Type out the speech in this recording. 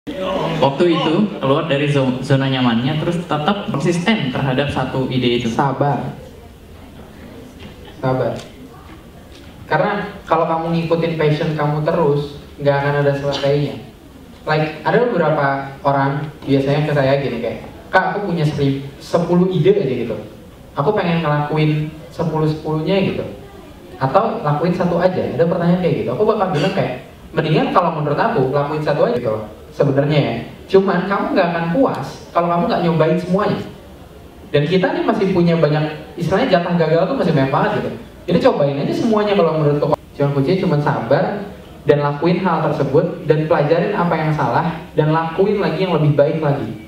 waktu itu keluar dari zona nyamannya, terus tetap konsisten terhadap satu ide itu. Sabar. Karena kalau kamu ngikutin passion kamu terus, nggak akan ada selesainya. Like, ada beberapa orang biasanya ke saya gini kayak, Kak, aku punya 10 ide aja gitu. Aku pengen ngelakuin 10-10-nya gitu. Atau lakuin satu aja. Ada pertanyaan kayak gitu. Aku bakal bilang kayak, mendingan kalau menurut aku lakuin satu aja gitu loh. Sebenarnya ya. Cuman kamu nggak akan puas kalau kamu nggak nyobain semuanya. Dan kita nih masih punya banyak, istilahnya jatah gagal tuh masih banyak banget gitu. Jadi cobain aja semuanya kalau menurutku. Cuman kuncinya cuma sabar dan lakuin hal tersebut dan pelajarin apa yang salah dan lakuin lagi yang lebih baik lagi.